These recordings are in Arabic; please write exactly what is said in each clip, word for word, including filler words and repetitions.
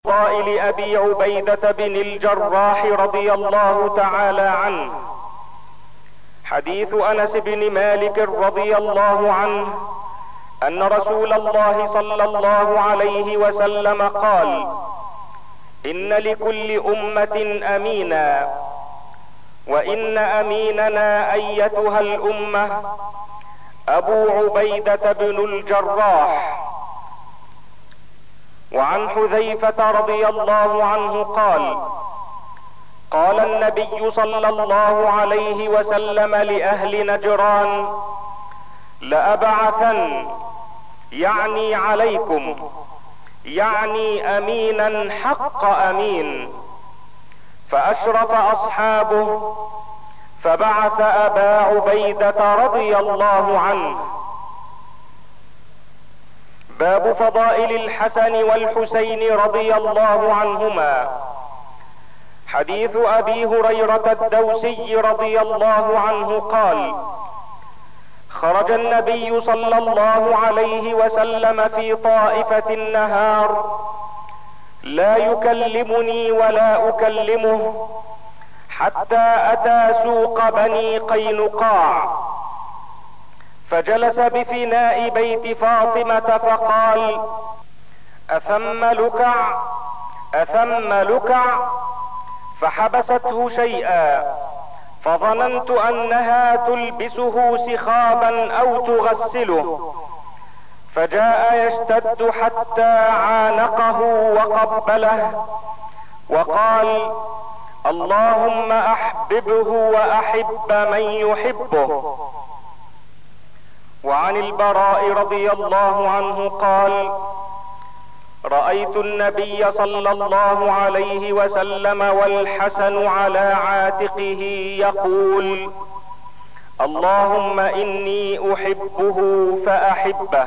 فضائل ابي عبيدة بن الجراح رضي الله تعالى عنه. حديث انس بن مالك رضي الله عنه ان رسول الله صلى الله عليه وسلم قال: ان لكل امة امينا، وان اميننا ايتها الامة ابو عبيدة بن الجراح. وعن حذيفة رضي الله عنه قال: قال النبي صلى الله عليه وسلم لأهل نجران: لأبعثن، يعني عليكم، يعني امينا حق امين. فاشرف اصحابه فبعث ابا عبيدة رضي الله عنه. باب فضائل الحسن والحسين رضي الله عنهما. حديث ابي هريرة الدوسي رضي الله عنه قال: خرج النبي صلى الله عليه وسلم في طائفة النهار لا يكلمني ولا اكلمه، حتى اتى سوق بني قينقاع، فجلس بفناء بيت فاطمة فقال: اثم لكع اثم لكع، فحبسته شيئا، فظننت انها تلبسه سخابا او تغسله، فجاء يشتد حتى عانقه وقبله وقال: اللهم احببه واحب من يحبه. وعن البراء رضي الله عنه قال: رأيت النبي صلى الله عليه وسلم والحسن على عاتقه يقول: اللهم اني احبه فاحبه.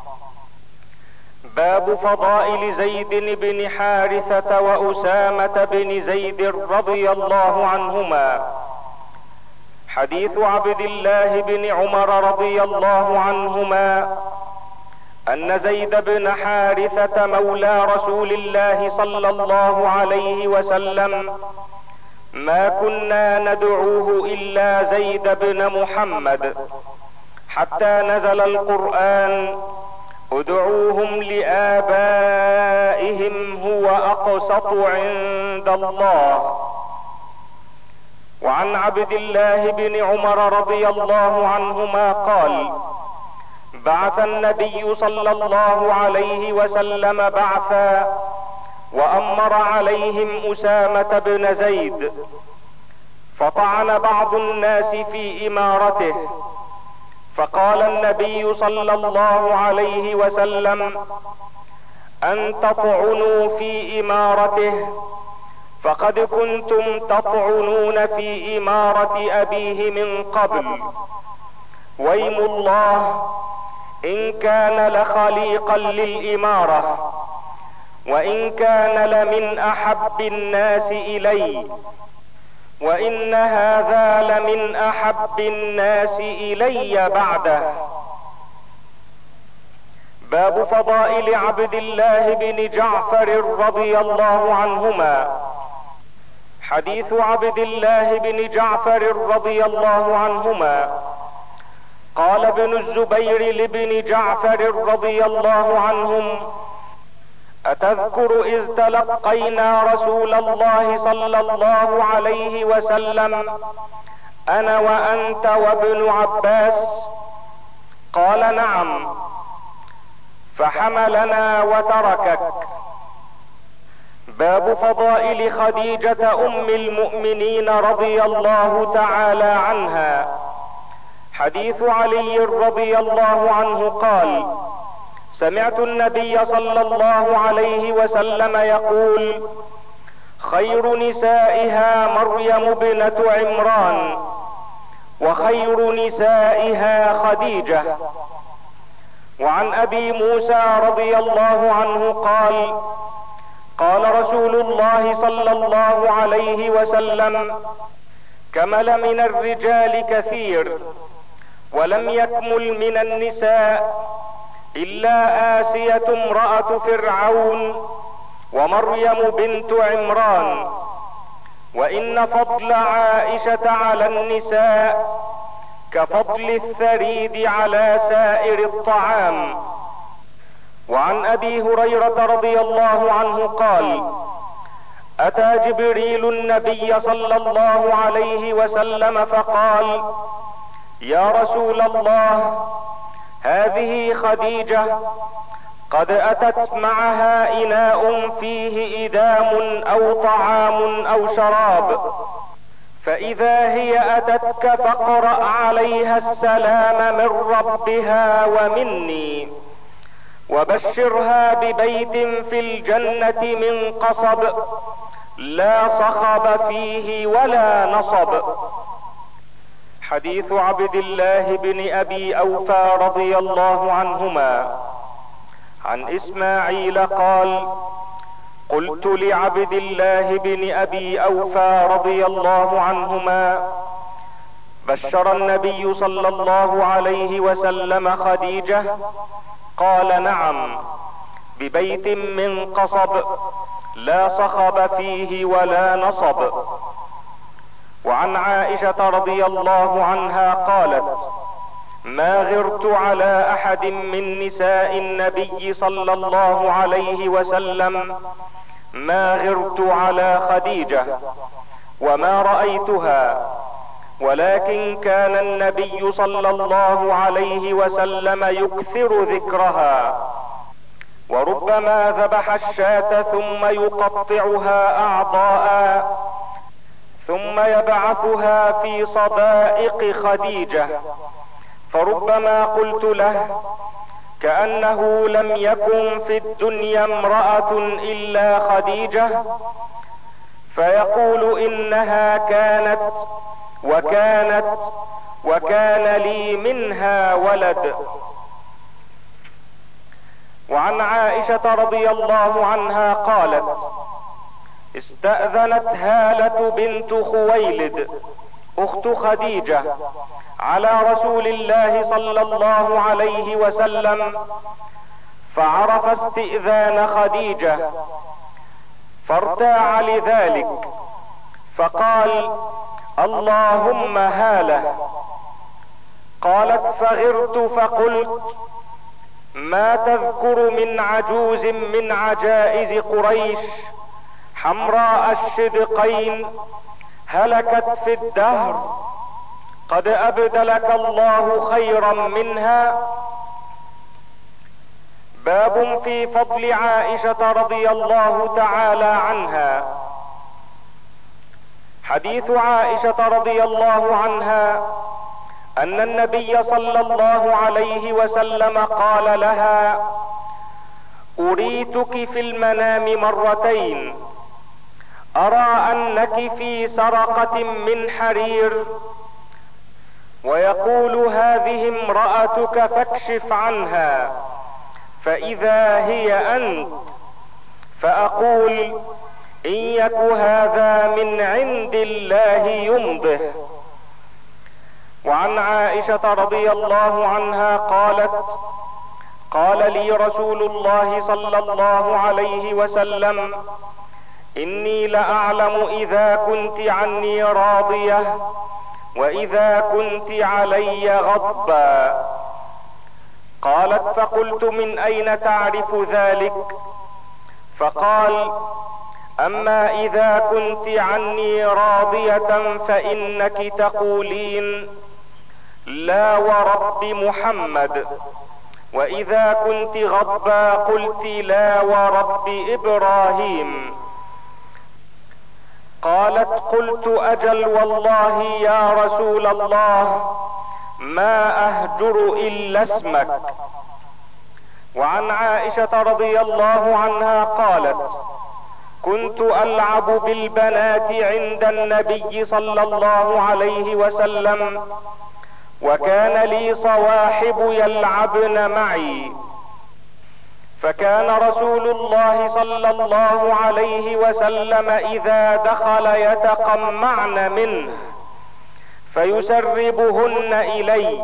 باب فضائل زيد بن حارثة واسامة بن زيد رضي الله عنهما. حديث عبد الله بن عمر رضي الله ندعوهما ان زيد بن حارثة مولى رسول الله صلى الله عليه وسلم ما كنا ندعوه الا زيد بن محمد، حتى نزل القرآن: ادعوهم لآبائهم هو اقسط عند الله. وعن عبد الله بن عمر رضي الله عنهما قال: بعث النبي صلى الله عليه وسلم بعثا وامر عليهم اسامة بن زيد، فطعن بعض الناس في امارته، فقال النبي صلى الله عليه وسلم: ان تطعنوا في امارته فقد كنتم تطعنون في امارة ابيه من قبل، ويم الله ان كان لخليقا للامارة، وان كان لمن احب الناس الي، وان هذا لمن احب الناس الي بعده. باب فضائل عبد الله بن جعفر رضي الله عنهما. حديث عبد الله بن جعفر رضي الله عنهما قال ابن الزبير لابن جعفر رضي الله عنهم: اتذكر اذ تلقينا رسول الله صلى الله عليه وسلم انا وانت وابن عباس؟ قال: نعم. فحملنا وتركك. باب فضائل خديجة ام المؤمنين رضي الله تعالى عنها. حديث علي رضي الله عنه قال: سمعت النبي صلى الله عليه وسلم يقول: خير نسائها مريم بنت عمران، وخير نسائها خديجة. وعن ابي موسى رضي الله عنه قال: قال رسول الله صلى الله عليه وسلم: كمل من الرجال كثير، ولم يكمل من النساء الا آسية امرأة فرعون ومريم بنت عمران، وان فضل عائشة على النساء كفضل الثريد على سائر الطعام. وعن ابي هريرة رضي الله عنه قال: اتى جبريل النبي صلى الله عليه وسلم فقال: يا رسول الله، هذه خديجة قد اتت معها اناء فيه ادام او طعام او شراب، فاذا هي اتتك فاقرأ عليها السلام من ربها ومني، وبشرها ببيت في الجنة من قصب لا صخب فيه ولا نصب. حديث عبد الله بن ابي اوفى رضي الله عنهما عن اسماعيل قال: قلت لعبد الله بن ابي اوفى رضي الله عنهما: بشر النبي صلى الله عليه وسلم خديجة؟ قال: نعم، ببيت من قصب لا صخب فيه ولا نصب. وعن عائشة رضي الله عنها قالت: ما غرت على احد من نساء النبي صلى الله عليه وسلم ما غرت على خديجة وما رأيتها، ولكن كان النبي صلى الله عليه وسلم يكثر ذكرها، وربما ذبح الشاة ثم يقطعها اعضاء ثم يبعثها في صدائق خديجة، فربما قلت له: كأنه لم يكن في الدنيا امرأة الا خديجة، فيقول: انها كانت وكانت وكان لي منها ولد. وعن عائشة رضي الله عنها قالت: استأذنت هالة بنت خويلد اخت خديجة على رسول الله صلى الله عليه وسلم، فعرف استئذان خديجة فارتاع لذلك، فقال: اللهم هالة. قالت: فغرت فقلت: ما تذكر من عجوز من عجائز قريش حمراء الشدقين هلكت في الدهر قد ابدلك الله خيرا منها؟ باب في فضل عائشة رضي الله تعالى عنها. حديث عائشة رضي الله عنها ان النبي صلى الله عليه وسلم قال لها: اريتك في المنام مرتين، ارى انك في سرقة من حرير، ويقول: هذه امرأتك فاكشف عنها، فاذا هي انت، فاقول: ان يك هذا من عند الله يمضه. وعن عائشة رضي الله عنها قالت: قال لي رسول الله صلى الله عليه وسلم: اني لاعلم اذا كنت عني راضية واذا كنت علي غضبا. قالت: فقلت: من اين تعرف ذلك؟ فقال: اما اذا كنت عني راضية فانك تقولين: لا ورب محمد، واذا كنت غضبا قلت: لا ورب ابراهيم. قالت: قلت: اجل والله يا رسول الله ما اهجر الا اسمك. وعن عائشة رضي الله عنها قالت: كنت العب بالبنات عند النبي صلى الله عليه وسلم، وكان لي صواحب يلعبن معي، فكان رسول الله صلى الله عليه وسلم اذا دخل يتقمعن منه فيسربهن الي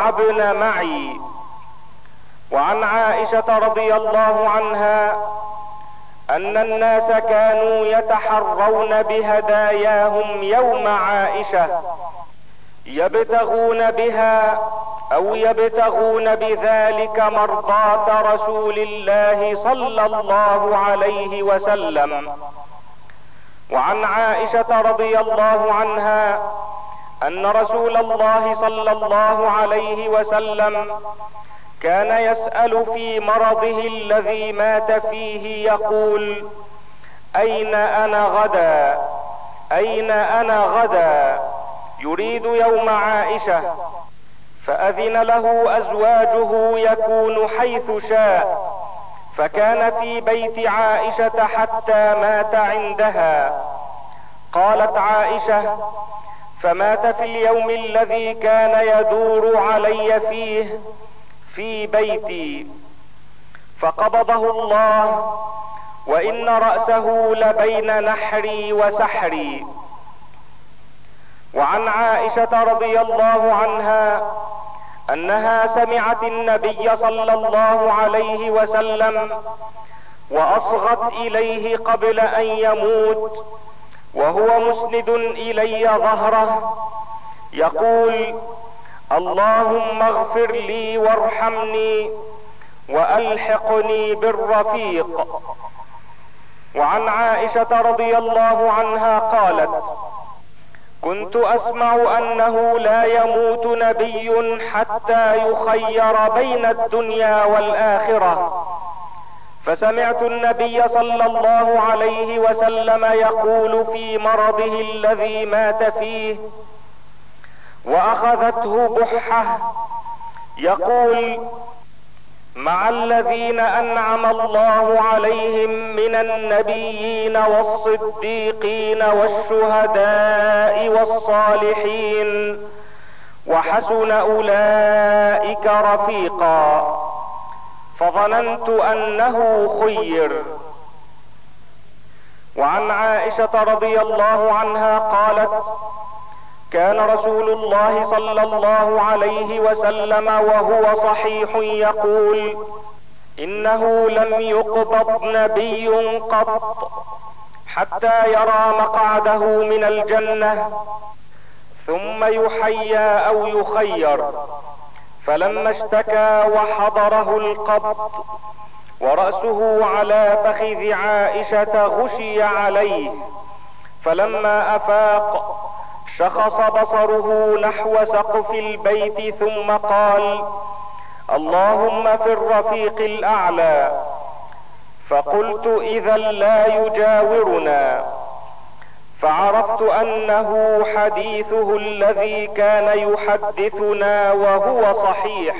فيلعبن معي. وعن عائشة رضي الله عنها ان الناس كانوا يتحرون بهداياهم يوم عائشة يبتغون بها او يبتغون بذلك مرضاة رسول الله صلى الله عليه وسلم. وعن عائشة رضي الله عنها ان رسول الله صلى الله عليه وسلم كان يسأل في مرضه الذي مات فيه يقول: اين انا غدا، اين انا غدا، يريد يوم عائشة. فاذن له ازواجه يكون حيث شاء، فكان في بيت عائشة حتى مات عندها. قالت عائشة: فمات في اليوم الذي كان يدور علي فيه في بيتي، فقبضه الله، وان رأسه لبين نحري وسحري. وعن عائشة رضي الله عنها انها سمعت النبي صلى الله عليه وسلم واصغت اليه قبل ان يموت وهو مسند الي ظهره يقول: اللهم اغفر لي وارحمني والحقني بالرفيق. وعن عائشة رضي الله عنها قالت: كنت اسمع انه لا يموت نبي حتى يخير بين الدنيا والاخرة، فسمعت النبي صلى الله عليه وسلم يقول في مرضه الذي مات فيه واخذته بحة يقول: مع الذين انعم الله عليهم من النبيين والصديقين والشهداء والصالحين وحسن اولئك رفيقا، فظننت انه خير. وعن عائشة رضي الله عنها قالت: كان رسول الله صلى الله عليه وسلم وهو صحيح يقول: انه لم يقبض نبي قط حتى يرى مقعده من الجنة ثم يحيى او يخير. فلما اشتكى وحضره القبض ورأسه على فخذ عائشة غشي عليه، فلما افاق شخص بصره نحو سقف البيت ثم قال: اللهم في الرفيق الاعلى. فقلت: اذا لا يجاورنا. فعرفت انه حديثه الذي كان يحدثنا وهو صحيح.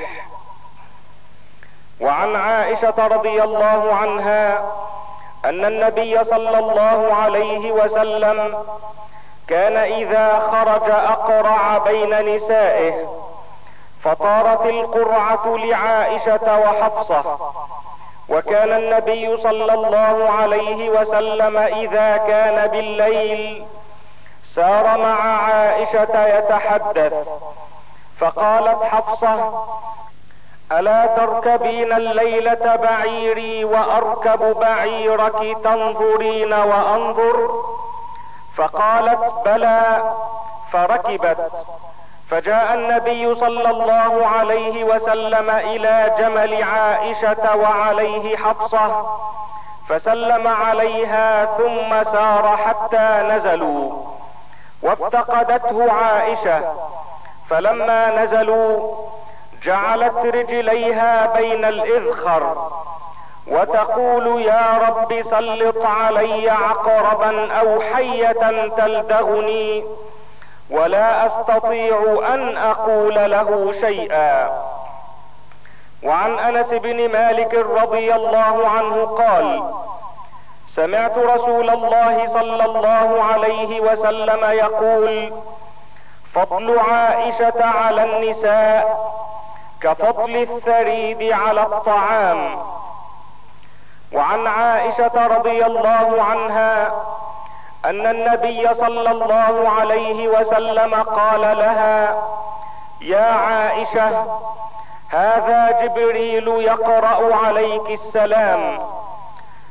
وعن عائشة رضي الله عنها ان النبي صلى الله عليه وسلم كان اذا خرج اقرع بين نسائه، فطارت القرعة لعائشة وحفصة. وكان النبي صلى الله عليه وسلم اذا كان بالليل سار مع عائشة يتحدث، فقالت حفصة: الا تركبين الليلة بعيري واركب بعيرك تنظرين وانظر؟ فقالت: بلى، فركبت. فجاء النبي صلى الله عليه وسلم الى جمل عائشة وعليه حفصة، فسلم عليها ثم سار حتى نزلوا، وافتقدته عائشة. فلما نزلوا جعلت رجليها بين الاذخر وتقول: يا رب سلط علي عقربا او حية تلدغني ولا استطيع ان اقول له شيئا. وعن انس بن مالك رضي الله عنه قال: سمعت رسول الله صلى الله عليه وسلم يقول: فضل عائشة على النساء كفضل الثريد على الطعام. وعن عائشة رضي الله عنها ان النبي صلى الله عليه وسلم قال لها: يا عائشة، هذا جبريل يقرأ عليك السلام.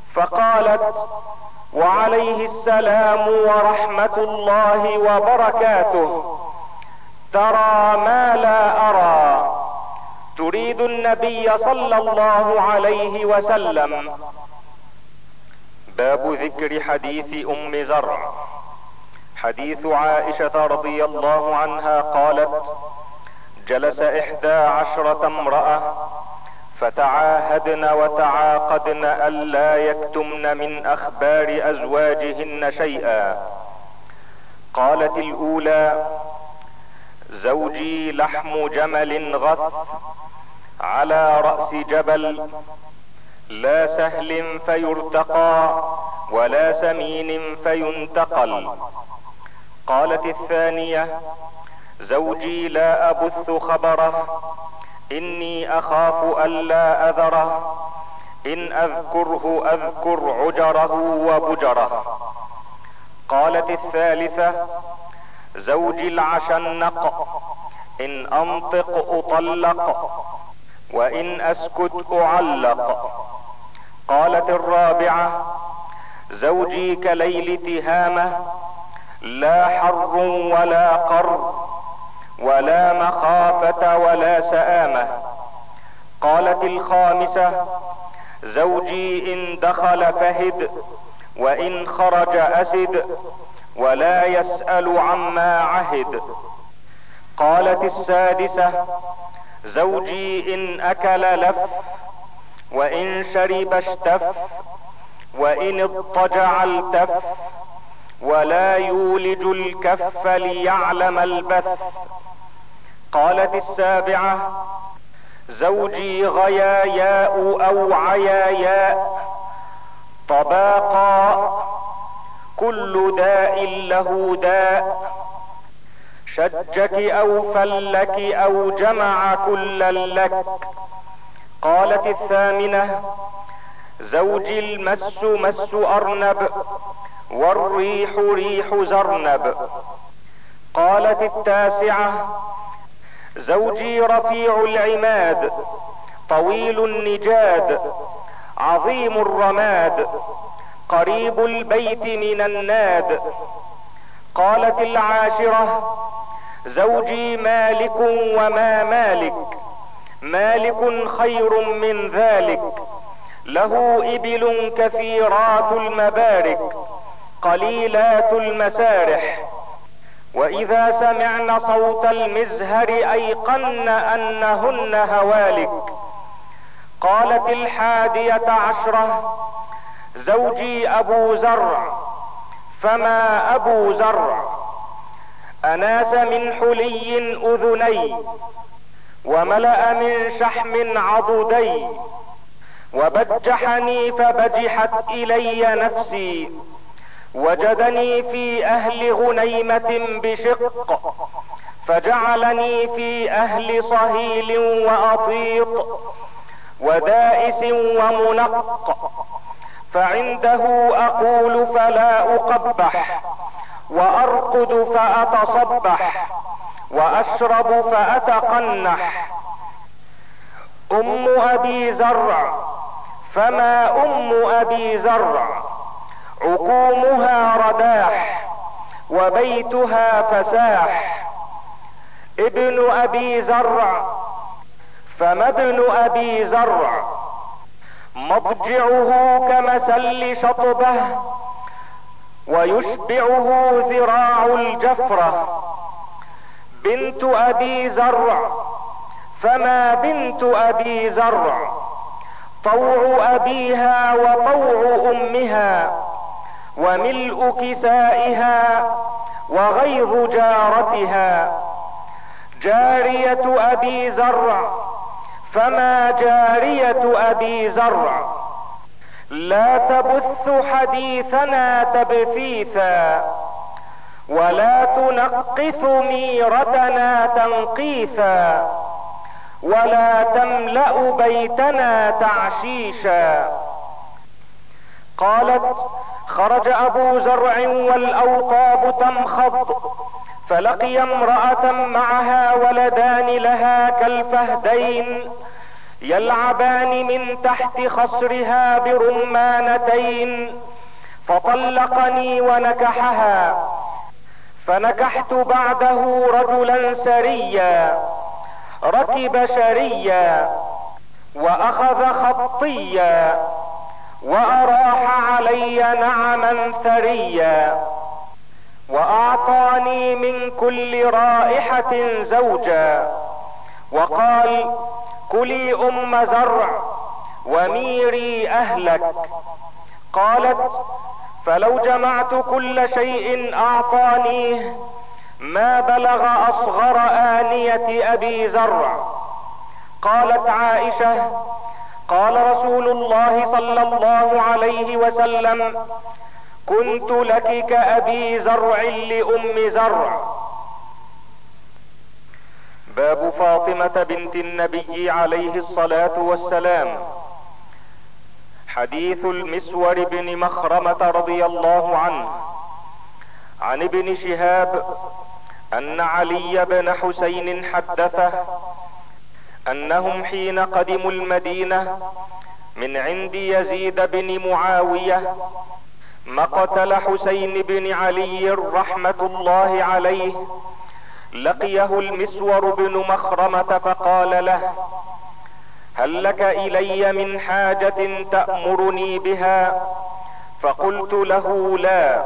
فقالت: وعليه السلام ورحمة الله وبركاته. ترى ما لا ارى. تريد النبي صلى الله عليه وسلم. باب ذكر حديث ام زرع. حديث عائشة رضي الله عنها قالت: جلس احدى عشرة امرأة فتعاهدن وتعاقدن الا يكتمن من اخبار ازواجهن شيئا. قالت الاولى: زوجي لحم جمل غث على رأس جبل، لا سهل فيرتقى ولا سمين فينتقل. قالت الثانية: زوجي لا ابث خبره، اني اخاف الا اذره، ان اذكره اذكر عجره وبجره. قالت الثالثة: زوجي العشنق، ان انطق اطلق، وان اسكت اعلق. قالت الرابعة: زوجي كليل تهامة، لا حر ولا قر، ولا مخافة ولا سآمة. قالت الخامسة: زوجي ان دخل فهد، وان خرج اسد، ولا يسأل عما عهد. قالت السادسة: زوجي ان اكل لف، وان شرب اشتف، وان اضطجع التف، ولا يولج الكف ليعلم البث. قالت السابعة: زوجي غياياء او عياياء، طباقا، كل داء له داء، شجك او فلك او جمع كلا لك. قالت الثامنة: زوجي المس مس ارنب، والريح ريح زرنب. قالت التاسعة: زوجي رفيع العماد، طويل النجاد، عظيم الرماد، قريب البيت من الناد. قالت العاشرة: زوجي مالك وما مالك، مالك خير من ذلك، له ابل كثيرات المبارك، قليلات المسارح، واذا سمعن صوت المزهر ايقن انهن هوالك. قالت الحادية عشرة: زوجي ابو زرع، فما ابو زرع؟ اناس من حلي اذني، وملأ من شحم عضدي، وبجحني فبجحت الي نفسي، وجدني في اهل غنيمة بشق، فجعلني في اهل صهيل واطيط، ودائس ومنق، فعنده اقول فلا اقبح، وارقد فاتصبح، واشرب فاتقنح. ام ابي زرع، فما ام ابي زرع؟ عقومها رداح، وبيتها فساح. ابن ابي زرع، فما ابن ابي زرع؟ مضجعه كمسل شطبه، ويشبعه ذراع الجفرة. بنت ابي زرع، فما بنت ابي زرع؟ طوع ابيها وطوع امها، وملء كسائها، وغيظ جارتها. جارية ابي زرع، فما جارية ابي زرع؟ لا تبث حديثنا تبثيثا، ولا تنقث ميرتنا تنقيثا، ولا تملأ بيتنا تعشيشا. قالت: خرج ابو زرع والاوطاب تمخض، فلقي امرأة معها ولدان لها كالفهدين، يلعبان من تحت خصرها برمانتين، فطلقني ونكحها. فنكحت بعده رجلا سريا ركب شريا واخذ خطيا واراح علي نعما ثريا، واعطاني من كل رائحة زوجا، وقال: كلي ام زرع وميري اهلك. قالت: فلو جمعت كل شيء اعطانيه ما بلغ اصغر آنية ابي زرع. قالت عائشة: قال رسول الله صلى الله عليه وسلم: كنت لك كأبي زرع لأم زرع. باب فاطمة بنت النبي عليه الصلاة والسلام. حديث المسور بن مخرمة رضي الله عنه عن ابن شهاب ان علي بن حسين حدثه انهم حين قدموا المدينة من عند يزيد بن معاوية مقتل حسين بن علي رحمة الله عليه، لقيه المسور بن مخرمة فقال له: هل لك الي من حاجة تأمرني بها؟ فقلت له: لا.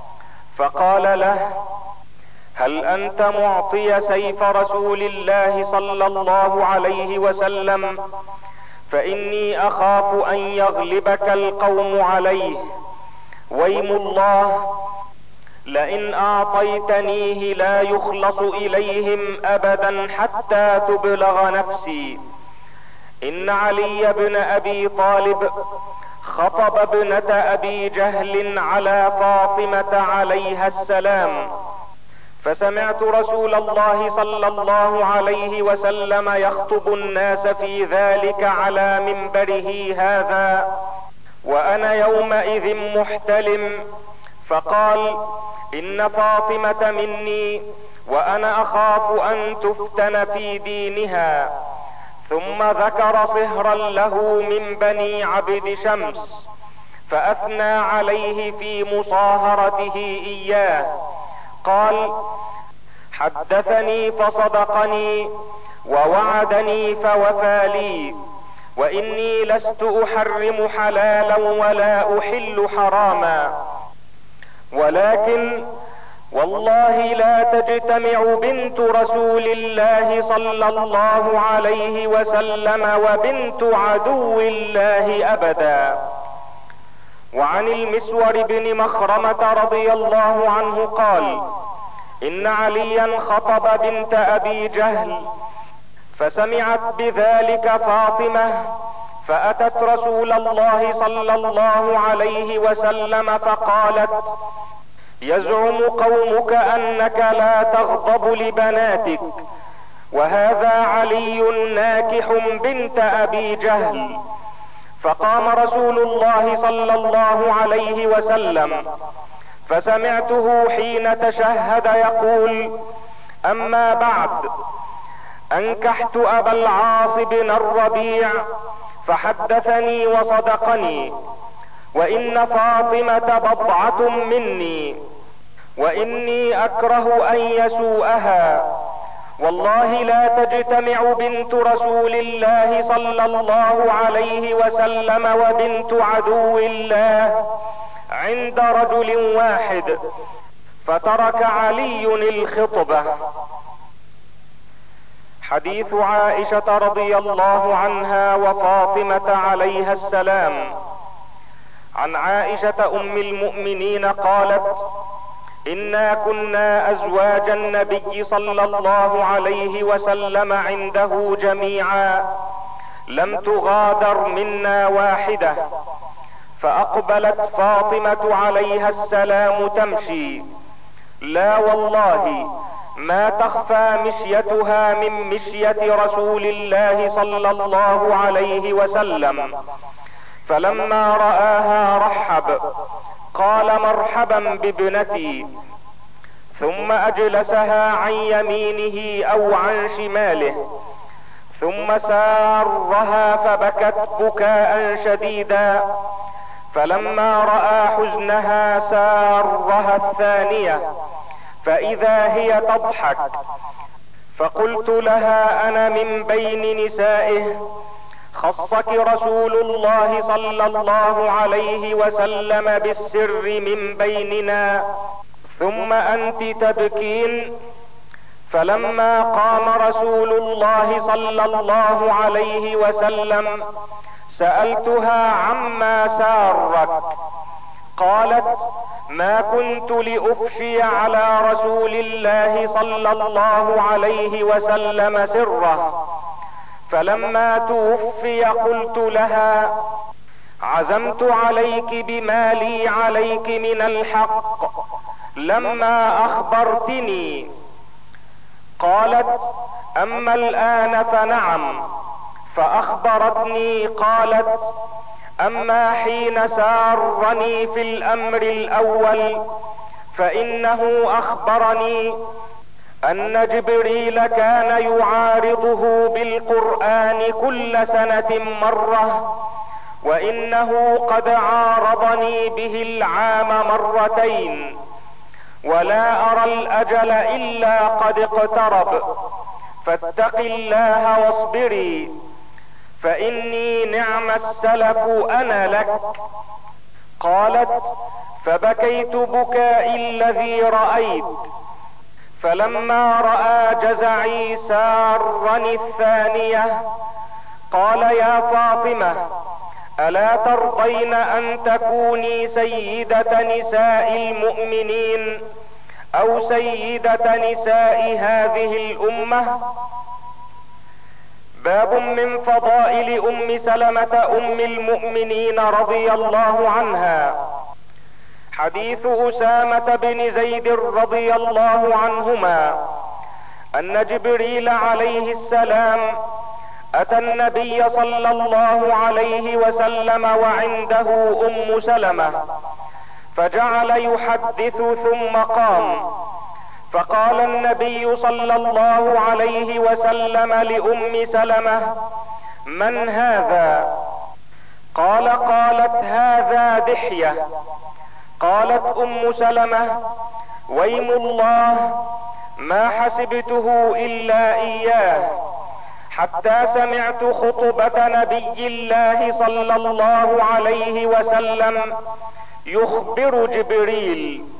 فقال له: هل انت معطي سيف رسول الله صلى الله عليه وسلم؟ فاني اخاف ان يغلبك القوم عليه، ويم الله لئن اعطيتنيه لا يخلص اليهم ابدا حتى تبلغ نفسي. ان علي بن ابي طالب خطب ابنة ابي جهل على فاطمة عليها السلام، فسمعت رسول الله صلى الله عليه وسلم يخطب الناس في ذلك على منبره هذا وانا يومئذ محتلم، فقال: ان فاطمة مني وانا اخاف ان تفتن في دينها. ثم ذكر صهرا له من بني عبد شمس فاثنى عليه في مصاهرته اياه. قال: حدثني فصدقني ووعدني فوفى لي، واني لست احرم حلالا ولا احل حراما، ولكن والله لا تجتمع بنت رسول الله صلى الله عليه وسلم وبنت عدو الله ابدا. وعن المسور بن مخرمة رضي الله عنه قال: ان عليا خطب بنت ابي جهل فسمعت بذلك فاطمة، فاتت رسول الله صلى الله عليه وسلم فقالت: يزعم قومك انك لا تغضب لبناتك، وهذا علي ناكح بنت ابي جهل. فقام رسول الله صلى الله عليه وسلم فسمعته حين تشهد يقول: اما بعد، انكحت ابا العاص بن الربيع فحدثني وصدقني، وان فاطمة بضعة مني، واني اكره ان يسوءها. والله لا تجتمع بنت رسول الله صلى الله عليه وسلم وبنت عدو الله عند رجل واحد. فترك علي الخطبة. حديث عائشة رضي الله عنها وفاطمة عليها السلام. عن عائشة ام المؤمنين قالت: انا كنا ازواج النبي صلى الله عليه وسلم عنده جميعا، لم تغادر منا واحدة. فاقبلت فاطمة عليها السلام تمشي، لا والله ما تخفى مشيتها من مشية رسول الله صلى الله عليه وسلم. فلما رآها رحب، قال: مرحبا بابنتي، ثم اجلسها عن يمينه او عن شماله، ثم سارها فبكت بكاء شديدا، فلما رأى حزنها سارها الثانية فإذا هي تضحك، فقلت لها: أنا من بين نسائه خصك رسول الله صلى الله عليه وسلم بالسر من بيننا، ثم أنت تبكين؟ فلما قام رسول الله صلى الله عليه وسلم سألتها عما سارك، قالت: ما كنت لأفشي على رسول الله صلى الله عليه وسلم سره، فلما توفي قلت لها: عزمت عليك بما لي عليك من الحق لما أخبرتني. قالت: أما الآن فنعم. فأخبرتني قالت: أما حين سارني في الأمر الأول فإنه أخبرني أن جبريل كان يعارضه بالقرآن كل سنة مرة، وإنه قد عارضني به العام مرتين، ولا أرى الأجل إلا قد اقترب، فاتق الله واصبري، فإني نعم السلف أنا لك. قالت: فبكيت بكائي الذي رأيت، فلما رأى جزعي سارني الثانية قال: يا فاطمة، ألا ترضين أن تكوني سيدة نساء المؤمنين أو سيدة نساء هذه الأمة؟ باب من فضائل أم سلمة أم المؤمنين رضي الله عنها. حديث أسامة بن زيد رضي الله عنهما أن جبريل عليه السلام أتى النبي صلى الله عليه وسلم وعنده أم سلمة، فجعل يحدث ثم قام، فقال النبي صلى الله عليه وسلم لأم سلمة: من هذا؟ قال: قالت: هذا دحية. قالت أم سلمة: ويم الله، ما حسبته إلا إياه، حتى سمعت خطبة نبي الله صلى الله عليه وسلم يخبر جبريل